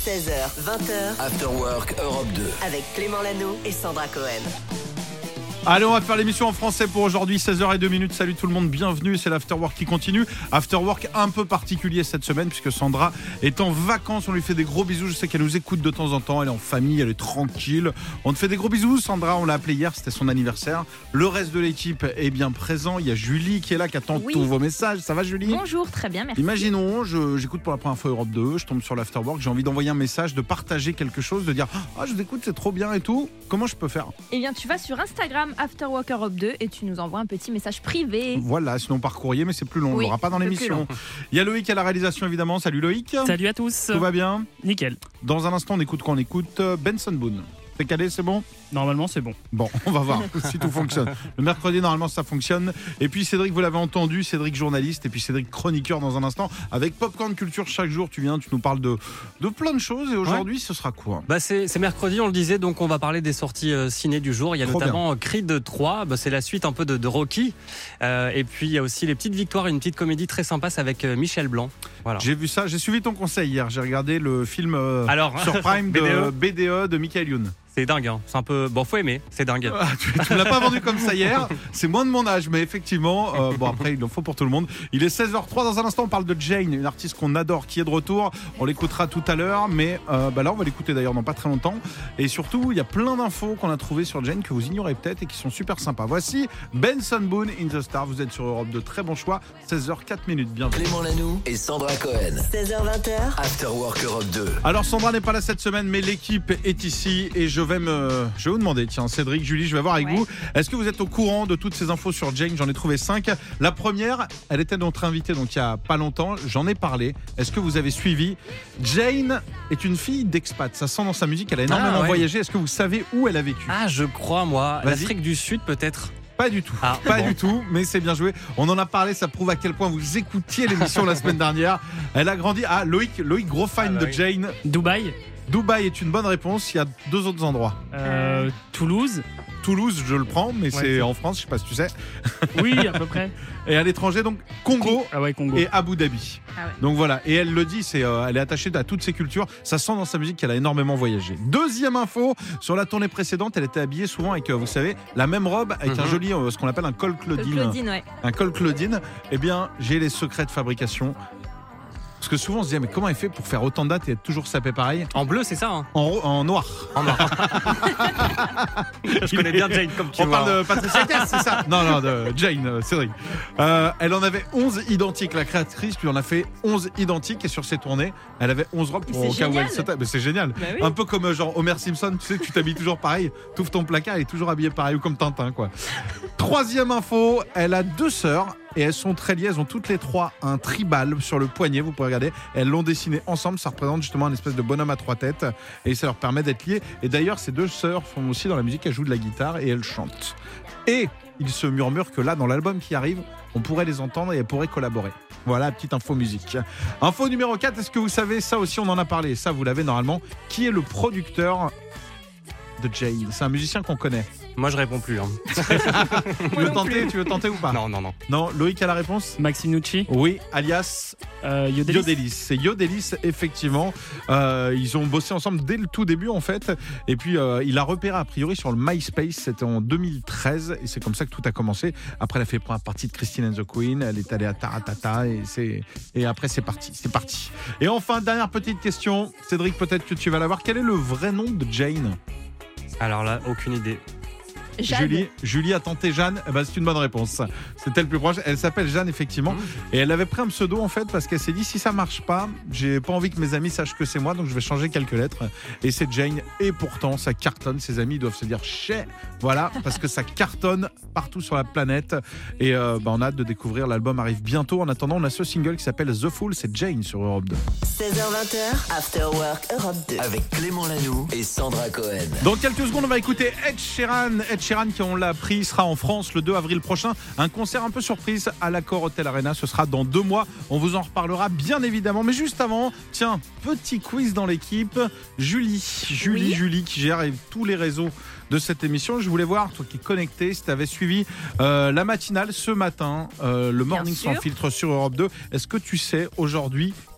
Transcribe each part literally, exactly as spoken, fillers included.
seize heures, vingt heures. After Work Europe deux. Avec Clément Lanoux et Sandra Cohen. Allez, on va faire l'émission en français pour aujourd'hui, seize heures zéro deux. Salut tout le monde, bienvenue, c'est l'Afterwork qui continue. Afterwork un peu particulier cette semaine puisque Sandra est en vacances, on lui fait des gros bisous, je sais qu'elle nous écoute de temps en temps, elle est en famille, elle est tranquille. On te fait des gros bisous, Sandra, on l'a appelée hier, c'était son anniversaire. Le reste de l'équipe est bien présent, il y a Julie qui est là, qui attend oui. tous vos messages. Ça va Julie ? Bonjour, très bien, merci. Imaginons, je, j'écoute pour la première fois Europe deux, je tombe sur l'Afterwork, j'ai envie d'envoyer un message, de partager quelque chose, de dire « Ah, je vous écoute, c'est trop bien et tout ». Comment je peux faire ? Eh bien, tu vas sur Instagram, Afterwork Europe deux, et tu nous envoies un petit message privé. Voilà, sinon par courrier, mais c'est plus long, oui, on l'aura pas dans l'émission. Il y a Loïc à la réalisation évidemment. Salut Loïc. Salut à tous. Tout va bien ? Nickel. Dans un instant, on écoute quand on écoute Benson Boone. C'est calé, c'est bon ? Normalement, c'est bon. Bon, on va voir si tout fonctionne. Le mercredi, normalement, ça fonctionne. Et puis Cédric, vous l'avez entendu, Cédric journaliste, et puis Cédric chroniqueur dans un instant. Avec Popcorn Culture, chaque jour, tu viens, tu nous parles de, de plein de choses. Et aujourd'hui, ouais. ce sera quoi ? bah c'est, c'est mercredi, on le disait, donc on va parler des sorties euh, ciné du jour. Il y a Trop notamment bien. Creed trois, bah, c'est la suite un peu de, de Rocky. Euh, et puis il y a aussi Les Petites Victoires, une petite comédie très sympa, c'est avec euh, Michel Blanc. Voilà. J'ai vu ça, j'ai suivi ton conseil hier. J'ai regardé le film euh, Alors, sur Prime de B D E. B D E de Michael Youn. C'est dingue, hein. C'est un peu. Bon, faut aimer, c'est dingue. Ah, tu ne l'as pas vendu comme ça hier, c'est moins de mon âge, mais effectivement, euh, bon après, il en faut pour tout le monde. Il est seize heures zéro trois, dans un instant, on parle de Jane, une artiste qu'on adore, qui est de retour. On l'écoutera tout à l'heure, mais euh, bah là, on va l'écouter d'ailleurs dans pas très longtemps. Et surtout, il y a plein d'infos qu'on a trouvées sur Jane que vous ignorez peut-être et qui sont super sympas. Voici Benson Boone, In the Star. Vous êtes sur Europe deux, très bon choix. seize heures quatre minutes, bienvenue. Clément Lanoux et Sandra Cohen. seize heures vingt. After Work Europe deux. Alors, Sandra n'est pas là cette semaine, mais l'équipe est ici et je vais me. Je vais vous demander, tiens, Cédric, Julie, je vais voir avec ouais. vous. Est-ce que vous êtes au courant de toutes ces infos sur Jane ? J'en ai trouvé cinq. La première, elle était notre invitée, donc il n'y a pas longtemps. J'en ai parlé. Est-ce que vous avez suivi ? Jane est une fille d'expat. Ça sent dans sa musique. Elle a énormément ah, ouais. voyagé. Est-ce que vous savez où elle a vécu ? Ah, je crois, moi. Vas-y. L'Afrique du Sud, peut-être ? Pas du tout, ah, pas bon. du tout, mais c'est bien joué. On en a parlé, ça prouve à quel point vous écoutiez l'émission la semaine dernière. Elle a grandi. Ah, Loïc, Loïc gros fan ah, de oui. Jane. Dubaï. Dubaï est une bonne réponse. Il y a deux autres endroits. Euh, Toulouse. Toulouse, je le prends, mais ouais, c'est, c'est en France, je sais pas si tu sais. Oui, à peu près. Et à l'étranger, donc Congo, ah ouais, Congo. et Abu Dhabi. Ah ouais. Donc voilà, et elle le dit, c'est, euh, elle est attachée à toutes ces cultures. Ça sent dans sa musique qu'elle a énormément voyagé. Deuxième info, sur la tournée précédente, elle était habillée souvent avec, euh, vous savez, la même robe avec mm-hmm. un joli, euh, ce qu'on appelle un col Claudine. Col Claudine, ouais. Un col Claudine. Eh bien, j'ai les secrets de fabrication. Parce que souvent on se dit, mais comment elle fait pour faire autant de dates et être toujours sapé pareil ? En bleu, c'est ça hein. en, en noir. En noir. Je connais bien Jane comme tu on vois. On parle de Patricia Cass, c'est ça ? Non, non, de Jane, Cédric. Euh, elle en avait onze identiques. La créatrice lui en a fait onze identiques. Et sur ses tournées, elle avait onze robes pour au cas où elle se tape. Mais c'est génial. Bah oui. Un peu comme genre Homer Simpson, tu sais, tu t'habilles toujours pareil. Tu ouvres ton placard, elle est toujours habillée pareil. Ou comme Tintin, quoi. Troisième info, elle a deux sœurs. Et elles sont très liées, elles ont toutes les trois un tribal sur le poignet, vous pouvez regarder. Elles l'ont dessiné ensemble, ça représente justement un espèce de bonhomme à trois têtes. Et ça leur permet d'être liées. Et d'ailleurs, ces deux sœurs font aussi dans la musique, elles jouent de la guitare et elles chantent. Et il se murmure que là, dans l'album qui arrive, on pourrait les entendre et elles pourraient collaborer. Voilà, petite info musique. Info numéro quatre, est-ce que vous savez, ça aussi on en a parlé, ça vous l'avez normalement, qui est le producteur de Jane ? C'est un musicien qu'on connaît. Moi, je réponds plus. Hein. tu, veux tenter, tu veux tenter ou pas ? Non, non, non. Non, Loïc a la réponse ? Maxime Nucci ? Oui, alias euh, Yodelis. Yodelis. C'est Yodelis, effectivement. Euh, ils ont bossé ensemble dès le tout début, en fait. Et puis, euh, il a repéré, a priori, sur le MySpace. C'était en deux mille treize. Et c'est comme ça que tout a commencé. Après, elle a fait partie de Christine and the Queen. Elle est allée à Taratata. Et, c'est... et après, c'est parti. C'est parti. Et enfin, dernière petite question. Cédric, peut-être que tu vas l'avoir. Quel est le vrai nom de Jane ? Alors là, aucune idée. Jeanne. Julie, Julie a tenté Jeanne, eh ben, c'est une bonne réponse. C'était le plus proche. Elle s'appelle Jeanne, effectivement. Mmh. Et elle avait pris un pseudo, en fait, parce qu'elle s'est dit, si ça marche pas, j'ai pas envie que mes amis sachent que c'est moi, donc je vais changer quelques lettres. Et c'est Jane. Et pourtant, ça cartonne. Ses amis doivent se dire, chais, voilà, parce que ça cartonne partout sur la planète. Et euh, bah, on a hâte de découvrir. L'album arrive bientôt. En attendant, on a ce single qui s'appelle The Fool. C'est Jane sur Europe deux. seize heures vingt, After Work Europe deux. Avec Clément Lanoux et Sandra Cohen. Dans quelques secondes, on va écouter Ed Sheeran. Ed Sheeran, qui on l'a appris, sera en France le deux avril prochain. Un concert un peu surprise à l'Accor Hotel Arena. Ce sera dans deux mois. On vous en reparlera bien évidemment. Mais juste avant, tiens, petit quiz dans l'équipe. Julie, Julie, oui. Julie qui gère tous les réseaux de cette émission. Je voulais voir, toi qui es connecté, si tu avais suivi euh, la matinale ce matin, euh, le Morning sans filtre sur Europe deux. Est-ce que tu sais aujourd'hui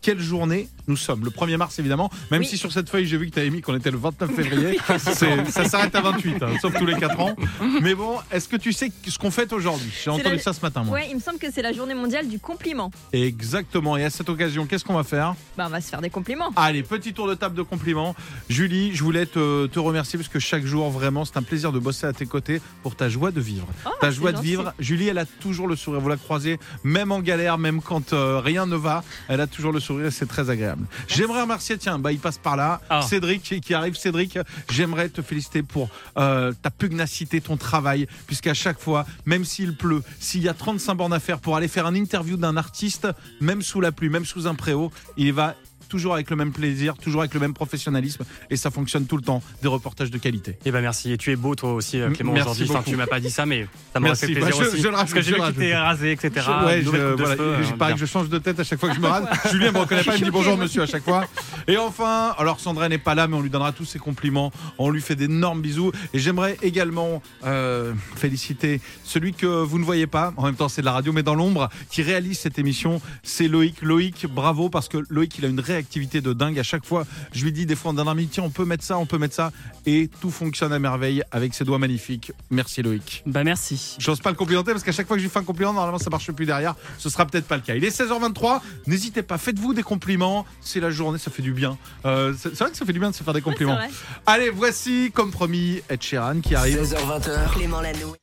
quelle journée nous sommes. Le premier mars, évidemment, même Oui. si sur cette feuille, j'ai vu que tu avais mis qu'on était le vingt-neuf février. C'est, ça s'arrête à vingt-huit, hein, sauf tous les quatre ans. Mais bon, est-ce que tu sais ce qu'on fête aujourd'hui ? J'ai entendu la... ça ce matin, moi. Ouais, il me semble que c'est la journée mondiale du compliment. Exactement. Et à cette occasion, qu'est-ce qu'on va faire ? Bah, on va se faire des compliments. Allez, petit tour de table de compliments. Julie, je voulais te, te remercier parce que chaque jour, vraiment, c'est un plaisir de bosser à tes côtés pour ta joie de vivre. Oh, ta c'est joie de gentil. vivre. Julie, elle a toujours le sourire. Vous la croisez, même en galère, même quand euh, rien ne va, elle a toujours le sourire et c'est très agréable. Merci. J'aimerais remercier, tiens, bah, il passe par là, Ah. Cédric qui, qui arrive. Cédric, j'aimerais te féliciter pour euh, ta pugnacité, ton travail, puisqu'à chaque fois, même s'il pleut, s'il y a trente-cinq bornes à faire pour aller faire un interview d'un artiste, même sous la pluie, même sous un préau, il va toujours avec le même plaisir, toujours avec le même professionnalisme, et ça fonctionne tout le temps, des reportages de qualité. Eh ben merci. Et tu es beau toi aussi, euh, Clément, Merci aujourd'hui. Enfin, beaucoup. tu m'as pas dit ça, mais ça m'aurait Merci. fait plaisir Bah, je- aussi. je le Parce que rajoute, j'ai je vu le que t'es rasé, et cetera. Je- ouais, Nouvelle je- coupe de voilà, cheveux, j'ai euh, pareil, bien. je change de tête à chaque fois que je me rase. Julien me reconnaît pas, il me dit bonjour monsieur à chaque fois. Et enfin, alors Sandra n'est pas là, mais on lui donnera tous ses compliments. On lui fait d'énormes bisous. Et j'aimerais également euh, féliciter celui que vous ne voyez pas, en même temps c'est de la radio, mais dans l'ombre, qui réalise cette émission. C'est Loïc. Loïc, bravo, parce que Loïc, il a une réactivité de dingue. À chaque fois, je lui dis des fois en dernière minute, tiens, on peut mettre ça, on peut mettre ça. Et tout fonctionne à merveille avec ses doigts magnifiques. Merci Loïc. Bah merci. J'ose pas le complimenter parce qu'à chaque fois que je lui fais un compliment, normalement ça marche plus derrière. Ce sera peut-être pas le cas. Il est seize heures vingt-trois. N'hésitez pas, faites-vous des compliments. C'est la journée, ça fait du bien. Euh, c'est, c'est vrai que ça fait du bien de se faire des compliments. Ouais, Allez, voici, comme promis, Ed Sheeran qui arrive. seize heures vingt. Clément Lanoux.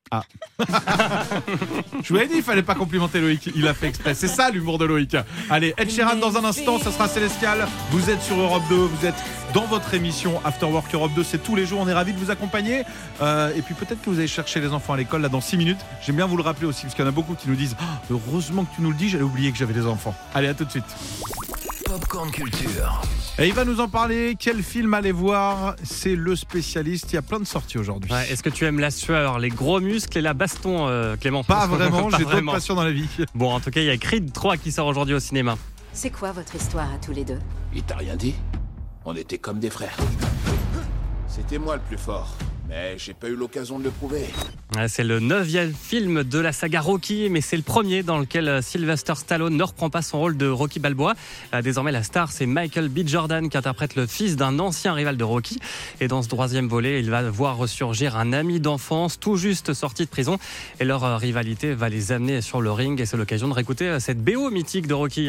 Je vous avais dit, il fallait pas complimenter Loïc. Il a fait exprès. C'est ça l'humour de Loïc. Allez, Ed Sheeran dans un instant, ça sera Célestial. Vous êtes sur Europe deux, vous êtes dans votre émission After Work Europe deux. C'est tous les jours, on est ravis de vous accompagner. Euh, et puis peut-être que vous allez chercher les enfants à l'école là dans six minutes. J'aime bien vous le rappeler aussi, parce qu'il y en a beaucoup qui nous disent oh, heureusement que tu nous le dis, j'allais oublier que j'avais des enfants. Allez, à tout de suite. Popcorn Culture. Et il va nous en parler. Quel film aller voir? C'est le spécialiste. Il y a plein de sorties aujourd'hui. Ouais, est-ce que tu aimes la sueur, les gros muscles et la baston, euh, Clément? Pas vraiment, Pas j'ai d'autres vraiment. passions dans la vie. Bon, en tout cas, il y a Creed trois qui sort aujourd'hui au cinéma. C'est quoi votre histoire à tous les deux? Il t'a rien dit? On était comme des frères. C'était moi le plus fort, mais j'ai pas eu l'occasion de le prouver. Ouais, c'est le neuvième film de la saga Rocky, mais c'est le premier dans lequel euh, Sylvester Stallone ne reprend pas son rôle de Rocky Balboa. Euh, désormais, la star, c'est Michael B. Jordan qui interprète le fils d'un ancien rival de Rocky. Et dans ce troisième volet, il va voir ressurgir un ami d'enfance tout juste sorti de prison. Et leur euh, rivalité va les amener sur le ring. Et c'est l'occasion de réécouter euh, cette B O mythique de Rocky.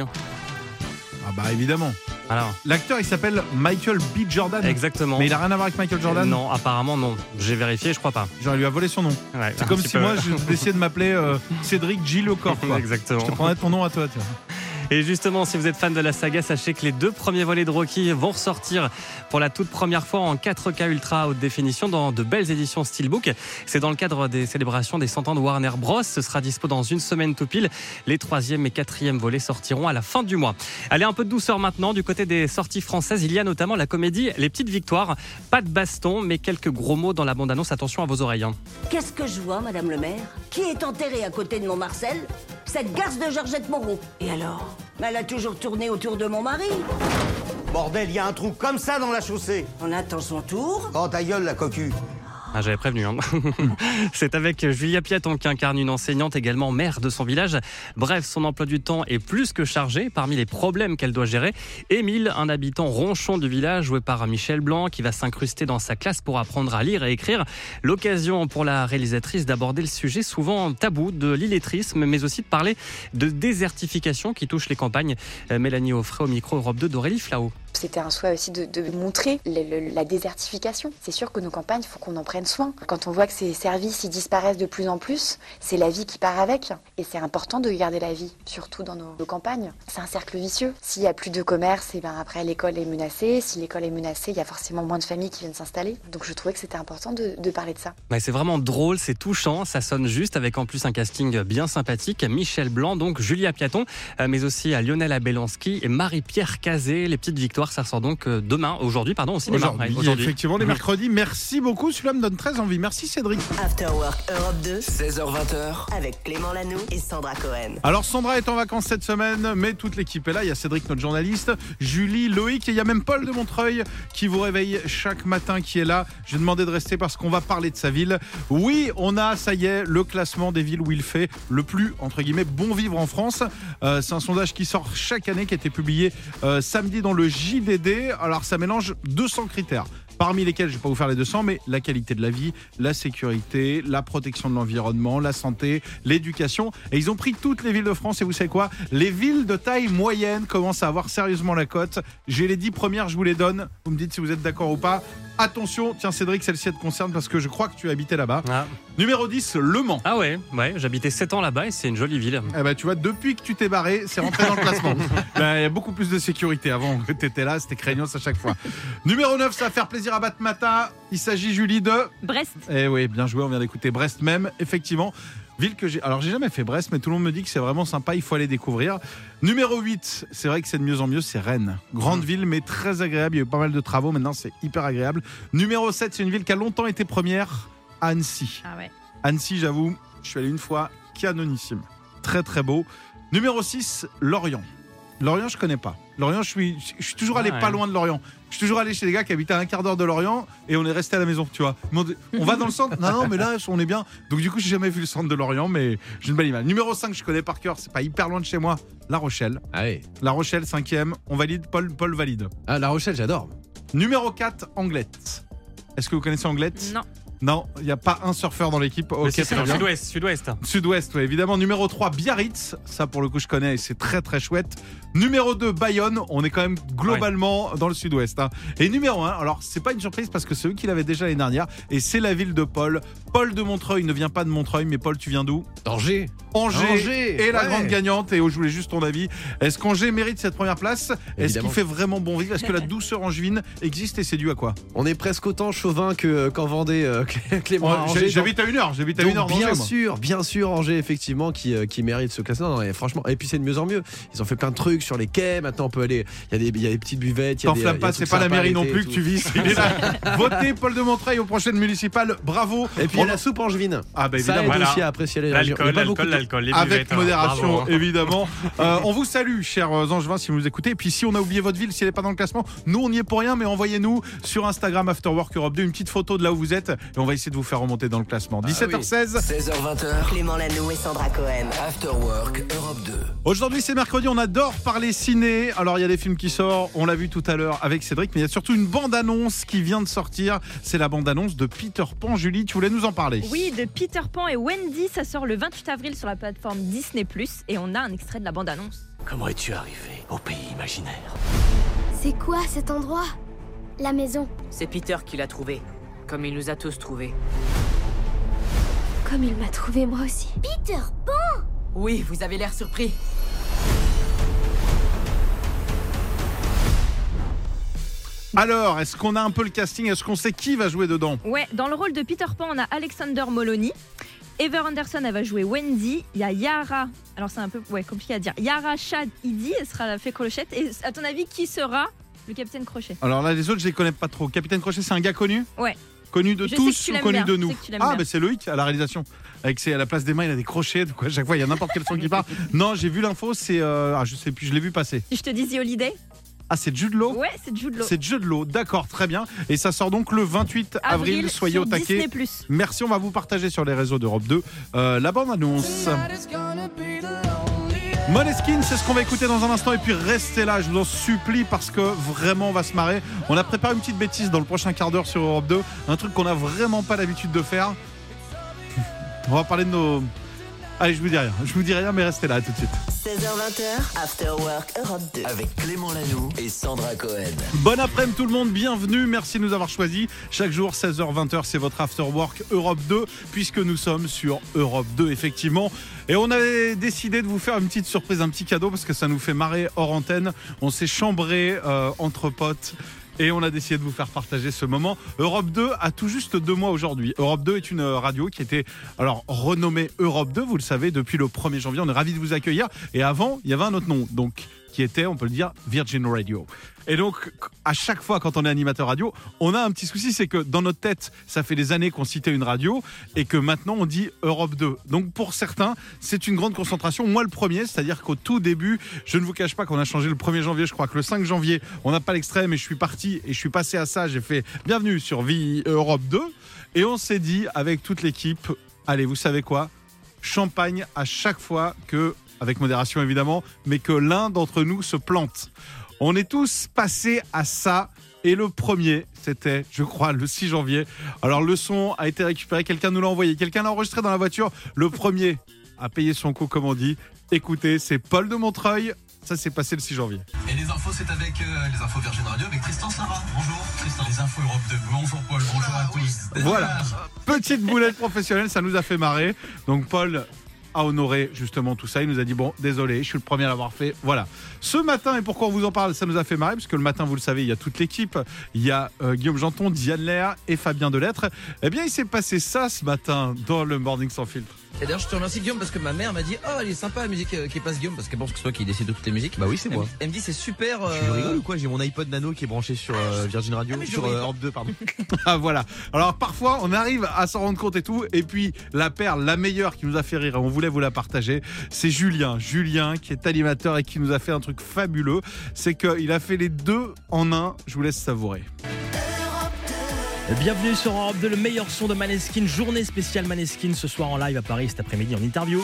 Ah bah évidemment. Alors, L'acteur il s'appelle Michael B. Jordan. exactement. Mais il a rien à voir avec Michael Jordan. Non, apparemment non. J'ai vérifié, je crois pas. Genre il lui a volé son nom. Ouais, C'est un comme petit si peu. moi je décidais de m'appeler euh, Cédric G. Lecor. Quoi. Exactement. Je te prendrais ton nom à toi. Tiens. Et justement, si vous êtes fan de la saga, sachez que les deux premiers volets de Rocky vont ressortir pour la toute première fois en quatre K ultra haute définition dans de belles éditions Steelbook. C'est dans le cadre des célébrations des cent ans de Warner Bros. Ce sera dispo dans une semaine tout pile. Les troisième et quatrième volets sortiront à la fin du mois. Allez, un peu de douceur maintenant. Du côté des sorties françaises, il y a notamment la comédie Les Petites Victoires. Pas de baston, mais quelques gros mots dans la bande-annonce. Attention à vos oreilles. Hein. Qu'est-ce que je vois, Madame le maire? Qui est enterré à côté de mon Marcel? Cette garce de Georgette Moreau. Et alors? Elle a toujours tourné autour de mon mari. Bordel, il y a un trou comme ça dans la chaussée. On attend son tour. Oh ta gueule, la cocu. Ah, j'avais prévenu. Hein. C'est avec Julia Piaton qui incarne une enseignante également mère de son village. Bref, son emploi du temps est plus que chargé. Parmi les problèmes qu'elle doit gérer, Émile, un habitant ronchon du village, joué par Michel Blanc, qui va s'incruster dans sa classe pour apprendre à lire et écrire. L'occasion pour la réalisatrice d'aborder le sujet souvent tabou de l'illettrisme, mais aussi de parler de désertification qui touche les campagnes. Mélanie Offray au micro Europe deux d'Aurélie Flao. C'était un souhait aussi de, de montrer le, le, la désertification. C'est sûr que nos campagnes, il faut qu'on en prenne soin. Quand on voit que ces services ils disparaissent de plus en plus, c'est la vie qui part avec. Et c'est important de garder la vie, surtout dans nos, nos campagnes. C'est un cercle vicieux. S'il n'y a plus de commerce, et ben après l'école est menacée. Si l'école est menacée, il y a forcément moins de familles qui viennent s'installer. Donc je trouvais que c'était important de, de parler de ça. Ouais, c'est vraiment drôle, c'est touchant, ça sonne juste, avec en plus un casting bien sympathique. Michel Blanc, donc Julia Piaton, mais aussi à Lionel Abelansky et Marie-Pierre Cazé, les petites victoires. victoires. Ça sort donc demain, aujourd'hui, pardon, au cinéma. Aujourd'hui, Ouais, aujourd'hui. effectivement, les mercredis. Merci beaucoup, celui-là me donne très envie. Merci Cédric. After Work Europe deux, seize heures vingt avec Clément Lanoux et Sandra Cohen. Alors Sandra est en vacances cette semaine, mais toute l'équipe est là. Il y a Cédric, notre journaliste, Julie, Loïc, et il y a même Paul de Montreuil qui vous réveille chaque matin, qui est là. J'ai demandé de rester parce qu'on va parler de sa ville. Oui, on a, ça y est, le classement des villes où il fait le plus, entre guillemets, bon vivre en France. Euh, c'est un sondage qui sort chaque année, qui a été publié euh, samedi dans le J D D. Alors ça mélange deux cents critères. Parmi lesquels, je ne vais pas vous faire les deux cents, mais la qualité de la vie, la sécurité, la protection de l'environnement, la santé, l'éducation. Et ils ont pris toutes les villes de France. Et vous savez quoi ? Les villes de taille moyenne commencent à avoir sérieusement la cote. J'ai les dix premières, je vous les donne. Vous me dites si vous êtes d'accord ou pas. Attention, tiens Cédric, celle-ci elle te concerne parce que je crois que tu habitais là-bas. Ah. Numéro dix, Le Mans. Ah ouais, ouais, j'habitais sept ans là-bas et c'est une jolie ville. Eh ben, tu vois, depuis que tu t'es barré, c'est rentré dans le classement. Ben, il y a beaucoup plus de sécurité. Avant que tu étais là, c'était craignos à chaque fois. Numéro neuf, ça va faire plaisir à Batmata. Il s'agit, Julie, de Brest. Eh oui, bien joué, on vient d'écouter Brest même, effectivement. Ville que j'ai. Alors, j'ai jamais fait Brest, mais tout le monde me dit que c'est vraiment sympa, il faut aller découvrir. Numéro huit, c'est vrai que c'est de mieux en mieux, c'est Rennes. Grande mmh. ville, mais très agréable. Il y a eu pas mal de travaux, maintenant c'est hyper agréable. Numéro sept, c'est une ville qui a longtemps été première, Annecy. Ah ouais. Annecy, j'avoue, je suis allé une fois, canonissime. Très très beau. Numéro six, Lorient. Lorient, je connais pas. Lorient, je suis, je suis toujours allé ah ouais. pas loin de Lorient. Je suis toujours allé chez des gars qui habitaient à un quart d'heure de Lorient et on est resté à la maison, tu vois. On va dans le centre. Non, non, mais là, on est bien. Donc, du coup, j'ai jamais vu le centre de Lorient, mais j'ai une belle image. Numéro cinq, je connais par cœur, c'est pas hyper loin de chez moi. La Rochelle. Ah oui. La Rochelle, cinquième. On valide, Paul, Paul valide. Ah, La Rochelle, j'adore. Numéro quatre, Anglette. Est-ce que vous connaissez Anglette ? Non. Non, il n'y a pas un surfeur dans l'équipe. Ok, c'est dans le sud-ouest, sud-ouest. Sud-ouest, oui, évidemment. Numéro trois, Biarritz. Ça, pour le coup, je connais et c'est très, très chouette. Numéro deux, Bayonne. On est quand même globalement ouais. dans le sud-ouest. Hein. Et numéro un, alors, c'est pas une surprise parce que c'est eux qui l'avaient déjà l'année dernière. Et c'est la ville de Paul. Paul de Montreuil ne vient pas de Montreuil, mais Paul, tu viens d'où ? Angers. Angers. Angers. Et la ouais. grande gagnante. Et je voulais juste ton avis. Est-ce qu'Angers mérite cette première place ? Est-ce qu'il fait vraiment bon vivre ? Est-ce que la douceur angevine existe et c'est dû à quoi ? On est presque autant chauvin que, qu'en Vendée, euh, Clément. Angers, j'habite à une heure, j'habite à une heure bien Angers, sûr, moi. bien sûr, Angers effectivement qui, euh, qui mérite ce classement. Non, et franchement, et puis c'est de mieux en mieux. Ils ont fait plein de trucs sur les quais. Maintenant, on peut aller. Il y a des, il y a des petites buvettes. T'enflamme pas, c'est pas la mairie non plus que tu vis. Il est là. Votez Paul de Montreuil aux prochaines municipales. Bravo. Et puis il y a la soupe angevine. Ah bah évidemment. Ça aide voilà. aussi à apprécier les l'alcool, l'alcool, l'alcool, les avec buvettes, modération, bravo. évidemment. euh, on vous salue, chers Angevins, si vous nous écoutez. Et puis si on a oublié votre ville, si elle n'est pas dans le classement, nous on n'y est pour rien, mais envoyez-nous sur Instagram After Work Europe deux une petite photo de là où vous êtes et on va essayer de vous faire remonter dans le classement. dix-sept heures seize. seize heures vingt. Clément Lanoux et Sandra Cohen. After Work Europe deux. Aujourd'hui c'est mercredi, on adore parler ciné. Alors il y a des films qui sortent, on l'a vu tout à l'heure avec Cédric, mais il y a surtout une bande-annonce qui vient de sortir. C'est la bande-annonce de Peter Pan. Julie, tu voulais nous en parler ? Oui, de Peter Pan et Wendy, ça sort le vingt-huit avril sur la plateforme Disney plus, et on a un extrait de la bande-annonce. Comment es-tu arrivé au pays imaginaire ? C'est quoi cet endroit ? La maison. C'est Peter qui l'a trouvé, comme il nous a tous trouvés. Comme il m'a trouvé moi aussi. Peter Pan ! Oui, vous avez l'air surpris. Alors, est-ce qu'on a un peu le casting ? Est-ce qu'on sait qui va jouer dedans ? Ouais, dans le rôle de Peter Pan, on a Alexander Moloney. Ever Anderson, elle va jouer Wendy. Il y a Yara, alors c'est un peu ouais, compliqué à dire. Yara Shad Idi, elle sera la fée Clochette. Et à ton avis, qui sera le Capitaine Crochet ? Alors là, les autres, je les connais pas trop. Capitaine Crochet, c'est un gars connu ? Ouais. Connu de je tous ou connu bien. de nous ? Ah, mais bah c'est Loïc à la réalisation. Avec ses, à la place des mains, il a des crochets. Donc à chaque fois, il y a n'importe quel son qui part. Non, j'ai vu l'info, c'est. Euh, ah, je sais plus, je l'ai vu passer. Si je te dis The Holiday ? Ah, c'est Jude Law ? Ouais, c'est Jude Law. C'est Jude Law, d'accord, très bien. Et ça sort donc le vingt-huit avril, avril soyez au taquet. Merci, on va vous partager sur les réseaux d'Europe deux euh, la bande-annonce. Måneskin, c'est ce qu'on va écouter dans un instant. Et puis restez là, je vous en supplie, parce que vraiment on va se marrer. On a préparé une petite bêtise dans le prochain quart d'heure sur Europe deux. Un truc qu'on n'a vraiment pas l'habitude de faire. On va parler de nos... Allez, je vous dis rien, je vous dis rien, mais restez là, à tout de suite. seize heures vingt, After Work Europe deux. Avec Clément Lanoux et Sandra Cohen. Bon après-midi tout le monde, bienvenue, merci de nous avoir choisis. Chaque jour, seize heures vingt, c'est votre After Work Europe deux, puisque nous sommes sur Europe deux, effectivement. Et on avait décidé de vous faire une petite surprise, un petit cadeau, parce que ça nous fait marrer hors antenne. On s'est chambré euh, entre potes. Et on a décidé de vous faire partager ce moment. Europe deux a tout juste deux mois aujourd'hui. Europe deux est une radio qui était alors renommée Europe deux, vous le savez, depuis le premier janvier. On est ravis de vous accueillir. Et avant, il y avait un autre nom. Donc, qui était, on peut le dire, Virgin Radio. Et donc, à chaque fois quand on est animateur radio, on a un petit souci, c'est que dans notre tête, ça fait des années qu'on citait une radio et que maintenant on dit Europe deux. Donc pour certains, c'est une grande concentration. Moi le premier, c'est-à-dire qu'au tout début, je ne vous cache pas qu'on a changé le premier janvier, je crois que le cinq janvier, on n'a pas l'extrait, mais je suis parti et je suis passé à ça, j'ai fait bienvenue sur Vie Europe deux et on s'est dit avec toute l'équipe, allez, vous savez quoi ? Champagne à chaque fois que, avec modération évidemment, mais que l'un d'entre nous se plante. On est tous passés à ça et le premier, c'était, je crois, le six janvier. Alors le son a été récupéré, quelqu'un nous l'a envoyé, quelqu'un l'a enregistré dans la voiture. Le premier a payé son coup, comme on dit. Écoutez, c'est Paul de Montreuil. Ça s'est passé le six janvier. Et les infos, c'est avec euh, les infos Virgin Radio avec Tristan Sarah. Bonjour Tristan. Les infos Europe deux. Bonjour Paul, bonjour à tous. Voilà, petite boulette professionnelle, ça nous a fait marrer. Donc Paul a honoré justement tout ça. Il nous a dit bon, désolé, je suis le premier à l'avoir fait. Voilà. Ce matin, et pourquoi on vous en parle, ça nous a fait marrer, parce que le matin, vous le savez, il y a toute l'équipe. Il y a euh, Guillaume Janton, Diane Lair et Fabien Delettre. Eh bien, il s'est passé ça ce matin dans le Morning Sans Filtre. Et d'ailleurs, je te remercie Guillaume parce que ma mère m'a dit oh, elle est sympa la musique euh, qui passe Guillaume parce qu'elle pense que c'est toi qui décide de toutes les musiques. Bah oui, c'est elle moi. Me, elle me dit c'est super. Euh... Tu rigoles ou quoi? J'ai mon iPod Nano qui est branché sur euh, Virgin Radio, ah, sur euh, Europe deux, pardon. Ah voilà. Alors parfois, on arrive à s'en rendre compte et tout. Et puis la perle, la meilleure qui nous a fait rire, et on voulait vous la partager, c'est Julien. Julien qui est animateur et qui nous a fait un truc fabuleux. C'est qu'il a fait les deux en un. Je vous laisse savourer. Bienvenue sur Europe deux, le meilleur son de Maneskin, journée spéciale Maneskin ce soir en live à Paris, cet après-midi en interview.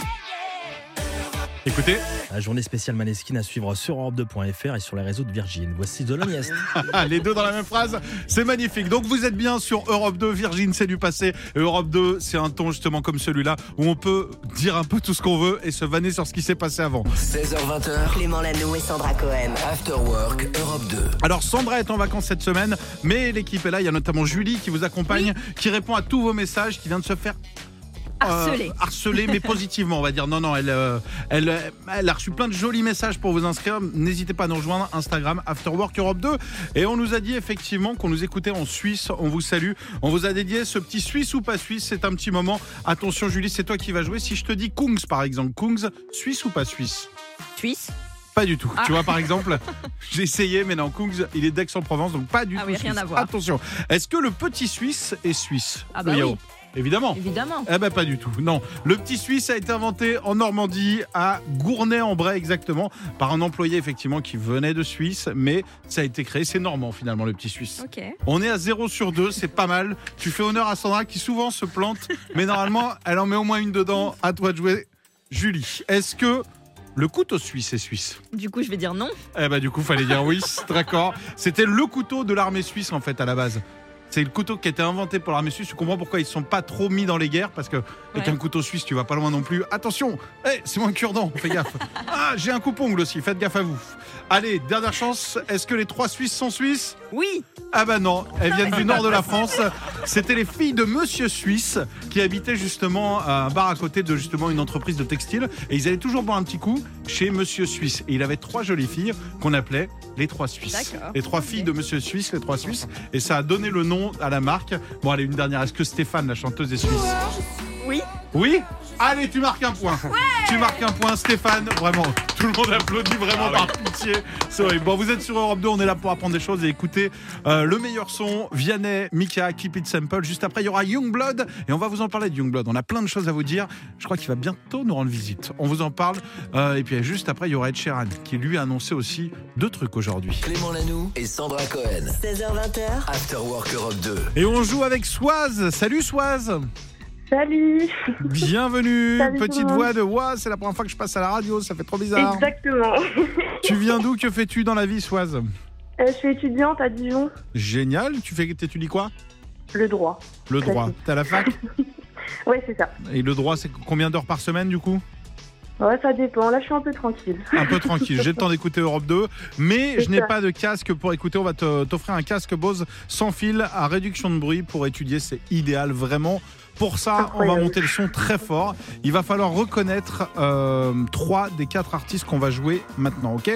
Écoutez. La journée spéciale Maneskin à suivre sur europe deux point f r et sur les réseaux de Virgin. Voici de l'Oniest. Les deux dans la même phrase, c'est magnifique. Donc vous êtes bien sur Europe deux, Virgin c'est du passé. Et Europe deux, c'est un ton justement comme celui-là où on peut dire un peu tout ce qu'on veut et se vanner sur ce qui s'est passé avant. seize heures vingt, Clément Lanoux et Sandra Cohen. After Work Europe deux. Alors Sandra est en vacances cette semaine, mais l'équipe est là. Il y a notamment Julie qui vous accompagne, oui. qui répond à tous vos messages, qui vient de se faire harcelée. Euh, harcelée, mais positivement, on va dire. Non, non, elle, euh, elle, elle a reçu plein de jolis messages pour vous inscrire. N'hésitez pas à nous rejoindre. Instagram, After Work Europe deux. Et on nous a dit effectivement qu'on nous écoutait en Suisse. On vous salue. On vous a dédié ce petit Suisse ou pas Suisse. C'est un petit moment. Attention, Julie, c'est toi qui vas jouer. Si je te dis Kungs, par exemple, Kungs, Suisse ou pas Suisse? Suisse. Pas du tout. Ah. Tu vois, par exemple, j'ai essayé, mais non, Kungs, il est d'Aix-en-Provence, donc pas du ah tout oui, suisse. Rien à voir. Attention. Est-ce que le petit Suisse est suisse? Ah bah oui. Évidemment. Évidemment. Eh ben pas du tout. Non. Le petit Suisse a été inventé en Normandie, à Gournay-en-Bray exactement, par un employé effectivement qui venait de Suisse, mais ça a été créé, c'est normand finalement le petit Suisse. Ok. On est à zéro sur deux, c'est pas mal. Tu fais honneur à Sandra qui souvent se plante, mais normalement elle en met au moins une dedans. À toi de jouer. Julie, est-ce que le couteau suisse est suisse? Du coup, je vais dire non. Eh ben du coup, fallait dire oui. D'accord. C'était le couteau de l'armée suisse en fait à la base. C'est le couteau qui a été inventé pour l'armée suisse. Tu comprends pourquoi ils ne sont pas trop mis dans les guerres, parce que avec ouais. un couteau suisse, tu vas pas loin non plus. Attention, hey, c'est moi un cure-dent, fais gaffe. Ah, j'ai un coupe-ongle aussi, faites gaffe à vous. Allez, dernière chance. Est-ce que les trois Suisses sont suisses? Oui. Ah bah non, elles viennent du nord de la France. C'était les filles de Monsieur Suisse qui habitaient justement à un bar à côté de justement une entreprise de textile. Et ils allaient toujours boire un petit coup chez Monsieur Suisse. Et il avait trois jolies filles qu'on appelait les trois Suisses. D'accord. Les trois filles de Monsieur Suisse, les trois Suisses. Et ça a donné le nom à la marque. Bon, allez, une dernière. Est-ce que Stéphane, la chanteuse, est suisse? Oui. Oui? Allez, tu marques un point. Ouais. Tu marques un point, Stéphane. Vraiment, tout le monde applaudit vraiment ah, par oui. pitié. C'est horrible. Bon, vous êtes sur Europe deux, on est là pour apprendre des choses et écouter euh, le meilleur son. Vianney, Mika, Keep It Simple. Juste après, il y aura Youngblood et on va vous en parler de Youngblood. On a plein de choses à vous dire. Je crois qu'il va bientôt nous rendre visite. On vous en parle. Euh, et puis juste après, il y aura Ed Sheeran qui lui a annoncé aussi deux trucs aujourd'hui. Clément Lanoux et Sandra Cohen. seize heures vingt. After Work Europe deux. Et on joue avec Soise. Salut Soise. Salut. Bienvenue. Salut Petite voix de Wa, c'est la première fois que je passe à la radio, ça fait trop bizarre. Exactement. Tu viens d'où? Que fais-tu dans la vie, Soise? euh, Je suis étudiante à Dijon. Génial. Tu fais, t'étudies quoi? Le droit. Le droit. T'es à la fac? Ouais, c'est ça. Et le droit, c'est combien d'heures par semaine du coup? Ouais, ça dépend. Là, je suis un peu tranquille. Un peu tranquille. J'ai le temps d'écouter Europe deux, mais c'est je n'ai ça. pas de casque pour écouter. On va te, t'offrir un casque Bose sans fil à réduction de bruit pour étudier. C'est idéal, vraiment. Pour ça, on va monter le son très fort. Il va falloir reconnaître euh, trois des quatre artistes qu'on va jouer maintenant, ok?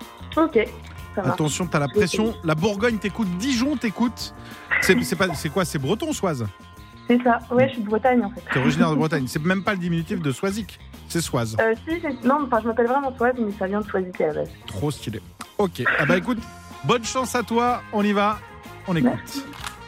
Ok. Ça va. Attention, t'as la pression. La Bourgogne t'écoute, Dijon t'écoute. C'est, c'est, pas, c'est quoi? C'est breton, Soise? C'est ça. Ouais, je suis de Bretagne en fait. T'es originaire de Bretagne. C'est même pas le diminutif de Soisic. C'est Soise. Euh, si, c'est- non, enfin, je m'appelle vraiment Soise, mais ça vient de Soisy à la base. Trop stylé. Ok. Ah bah écoute, bonne chance à toi. On y va. On écoute. Merci.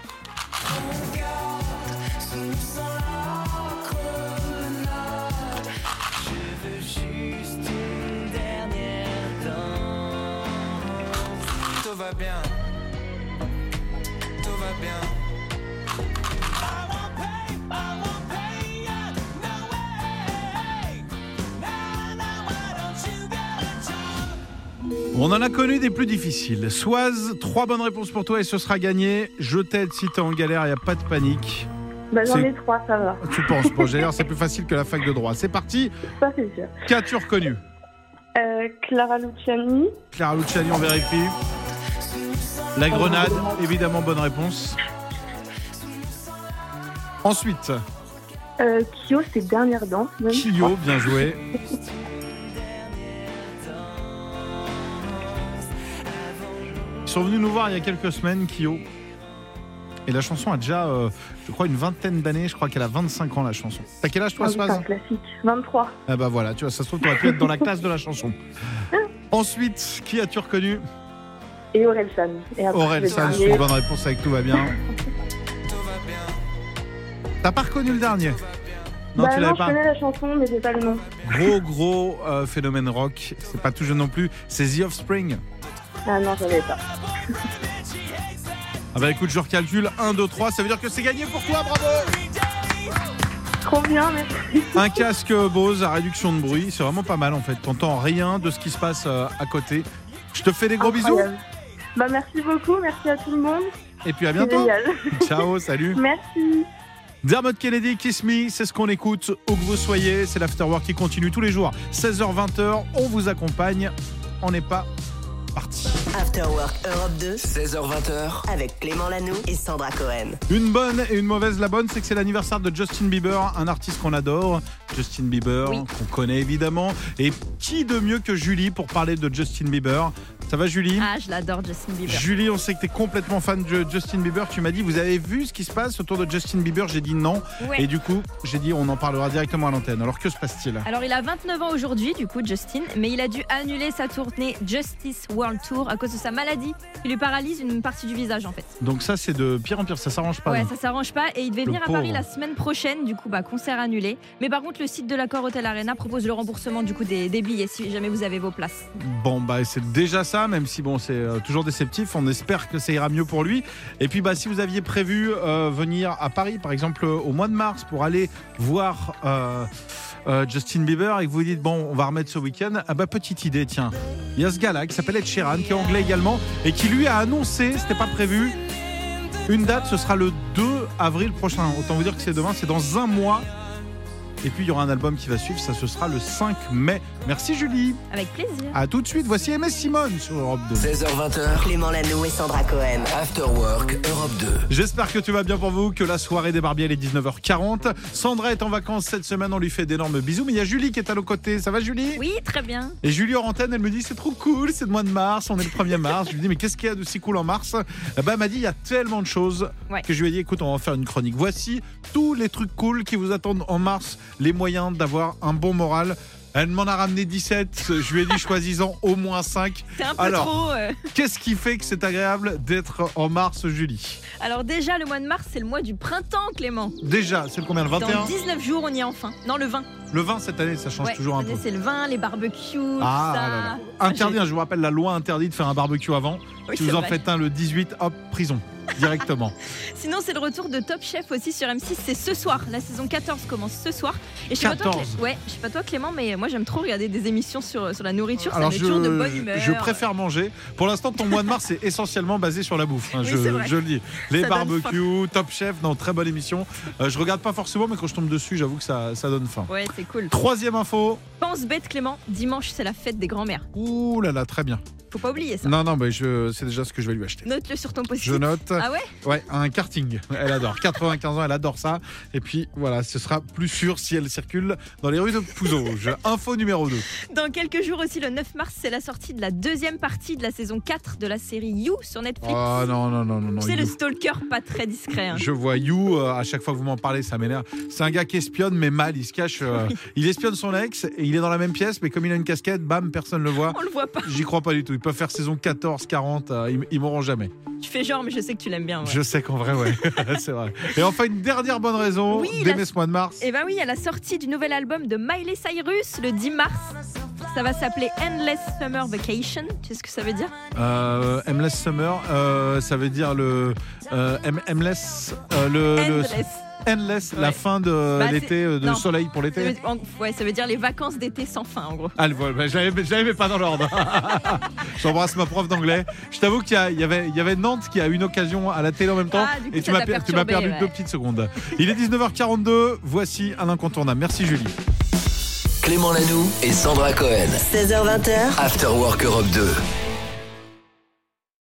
Tout va bien, tout va bien. On en a connu des plus difficiles. Soise, trois bonnes réponses pour toi et ce sera gagné. Je t'aide si t'es en galère, il n'y a pas de panique. Bah, j'en C'est- ai trois, ça va. Tu penses, bon, j'ai l'air, c'est plus facile que la fac de droit. C'est parti. Ça, c'est sûr. Qu'as-tu reconnu? Euh, Clara Luciani. Clara Luciani, on vérifie. La grenade, évidemment, bonne réponse. Ensuite, Euh, Kyo, c'est Dernière Danse. même, je Kyo, crois. bien joué. Ils sont venus nous voir il y a quelques semaines, Kyo. Et la chanson a déjà, euh, je crois, une vingtaine d'années. Je crois qu'elle a vingt-cinq ans, la chanson. T'as quel âge, toi, Ah oui, c'est Soise? un classique. vingt-trois. Ah bah voilà, tu vois, ça se trouve, tu aurais pu être dans la classe de la chanson. Ensuite, qui as-tu reconnu? Et Aurel San. Et après, Aurel je vais San, c'est terminer. une bonne réponse avec Tout va bien. T'as pas reconnu le dernier? Non, bah tu non, l'avais je pas. connais la chanson, mais j'ai pas le nom. Gros, gros euh, phénomène rock. C'est pas tout jeune non plus. C'est The Offspring. Ah non, je l'avais pas. Ah bah écoute, je recalcule. un, deux, trois. Ça veut dire que c'est gagné pour toi, bravo! Trop bien, merci. Un casque Bose à réduction de bruit. C'est vraiment pas mal en fait. T'entends rien de ce qui se passe euh, à côté. Je te fais des gros Incroyable. bisous. Bah merci beaucoup, merci à tout le monde. Et puis à C'est bientôt. génial. Ciao, salut. Merci. Dermot Kennedy, Kiss Me, c'est ce qu'on écoute où que vous soyez. C'est l'Afterwork qui continue tous les jours. seize heures vingt heures, on vous accompagne. On n'est pas parti. After Work Europe deux, seize heures vingt heures. avec Clément Lanoux et Sandra Cohen. Une bonne et une mauvaise. La bonne, c'est que c'est l'anniversaire de Justin Bieber, un artiste qu'on adore. Justin Bieber, Oui. qu'on connaît évidemment. Et qui de mieux que Julie pour parler de Justin Bieber? Ça va, Julie? Ah, je l'adore, Justin Bieber. Julie, on sait que tu es complètement fan de Justin Bieber. Tu m'as dit, vous avez vu ce qui se passe autour de Justin Bieber? J'ai dit non. Ouais. Et du coup, j'ai dit, on en parlera directement à l'antenne. Alors, que se passe-t-il? Alors, il a vingt-neuf ans aujourd'hui, du coup, Justin, mais il a dû annuler sa tournée Justice World Tour à cause de sa maladie qui lui paralyse une partie du visage, en fait. Donc ça, c'est de pire en pire. Ça s'arrange pas. Ouais, non ça s'arrange pas et il devait Le venir à pauvre. Paris la semaine prochaine, du coup, bah, concert annulé. Mais par contre, le site de l'Accor Hotel Arena propose le remboursement du coup des, des billets si jamais vous avez vos places. Bon, bah, c'est déjà ça, même si bon, c'est euh, toujours déceptif. On espère que ça ira mieux pour lui. Et puis, bah, si vous aviez prévu euh, venir à Paris, par exemple, euh, au mois de mars, pour aller voir euh, euh, Justin Bieber et que vous vous dites, bon, on va remettre ce week-end, ah bah, petite idée, tiens. Il y a ce gars-là qui s'appelle Ed Sheeran, qui est anglais également, et qui lui a annoncé, c'était pas prévu, une date, ce sera le deux avril prochain. Autant vous dire que c'est demain, c'est dans un mois. Et puis il y aura un album qui va suivre, ça ce sera le cinq mai. Merci Julie. Avec plaisir. À tout de suite, voici M S Simone sur Europe deux. seize heures vingt heures. Clément Lanoux et Sandra Cohen. After Work Europe deux. J'espère que tu vas bien pour vous, que la soirée des Barbiers elle est dix-neuf heures quarante. Sandra est en vacances cette semaine, on lui fait d'énormes bisous. Mais il y a Julie qui est à nos côtés. Ça va Julie? Oui, très bien. Et Julie en antenne, elle me dit c'est trop cool, c'est le mois de mars, on est le premier mars. Je lui dis mais qu'est-ce qu'il y a de si cool en mars? Eh ben, elle m'a dit il y a tellement de choses Ouais. que je lui ai dit écoute, on va faire une chronique. Voici tous les trucs cool qui vous attendent en mars, les moyens d'avoir un bon moral. Elle m'en a ramené dix-sept, je lui ai dit choisis-en au moins cinq. C'est un peu Alors, trop. euh. qu'est-ce qui fait que c'est agréable d'être en mars, Julie? Alors déjà, le mois de mars, c'est le mois du printemps, Clément. Déjà, c'est le combien, le vingt et un? Dans dix-neuf jours, on y est enfin. Non, le vingt. Le vingt cette année, ça change Ouais, toujours un cette peu. année, c'est le vingt, les barbecues, Ah, tout ça. là là. Interdit, hein, je vous rappelle, la loi interdit de faire un barbecue avant. Oui, si c'est vous en vrai. faites un le dix-huit, hop, prison, directement. Sinon, c'est le retour de Top Chef aussi sur M six. C'est ce soir. La saison quatorze commence ce soir. Et je sais pas toi, quatorze. Clé- ouais, je sais pas toi, Clément, mais moi, j'aime trop regarder des émissions sur, sur la nourriture. Alors ça je, met toujours de bonne humeur. je préfère manger. Pour l'instant, ton mois de mars est essentiellement basé sur la bouffe. hein, Oui, je, c'est vrai. je le dis. Les Ça donne barbecues, Top Chef, non, très bonne émission. Euh, je regarde pas forcément, mais quand je tombe dessus, j'avoue que ça, ça donne faim. Ouais, c'est cool. Troisième info. Panda Pense bête Clément, dimanche c'est la fête des grands-mères. Ouh là là, très bien. Faut pas oublier ça. Non, non, mais je, c'est déjà ce que je vais lui acheter. Note-le sur ton post-it. Je note. Ah ouais Ouais, un karting. Elle adore. quatre-vingt-quinze ans, elle adore ça. Et puis voilà, ce sera plus sûr si elle circule dans les rues de Pouzauges. Info numéro deux. Dans quelques jours aussi, le neuf mars, c'est la sortie de la deuxième partie de la saison quatre de la série You sur Netflix. Oh non, non, non, non. non C'est You. le stalker pas très discret. Hein. Je vois You, euh, à chaque fois que vous m'en parlez, ça m'énerve. C'est un gars qui espionne, mais mal, il se cache. Euh, Oui. Il espionne son ex et il est dans la même pièce, mais comme il a une casquette, bam, personne ne le voit. On le voit pas. J'y crois pas du tout. Ils peuvent faire saison quatorze, quarante, euh, ils, ils m'auront jamais. Tu fais genre, mais je sais que tu l'aimes bien. Ouais. Je sais qu'en vrai, ouais, c'est vrai. Et enfin, une dernière bonne raison Oui, d'aimer la- ce mois de mars. Et bah oui, à la sortie du nouvel album de Miley Cyrus le dix mars. Ça va s'appeler Endless Summer Vacation. Tu sais ce que ça veut dire? Euh, Endless Summer, euh, ça veut dire le euh, M- Endless, euh, le, le- Endless. Endless, la Ouais. fin de Bah, l'été, c'est- euh, de non. soleil pour Ça l'été. veut, en- ouais, ça veut dire les vacances d'été sans fin en gros. Ah, le voilà, bah, je l'avais- je l'avais pas dans l'ordre. J'embrasse ma prof d'anglais. Je t'avoue qu'il y, a- il y avait, il y avait Nantes qui a une occasion à la télé en même temps. Ah, du coup, et tu ça m'as, t'a per- tu m'as perturbé, perdu ouais. deux petites secondes. Il est dix-neuf heures quarante-deux. Voici un incontournable. Merci Julie. Clément Lanoux et Sandra Cohen. seize heures vingt. After Work Europe deux.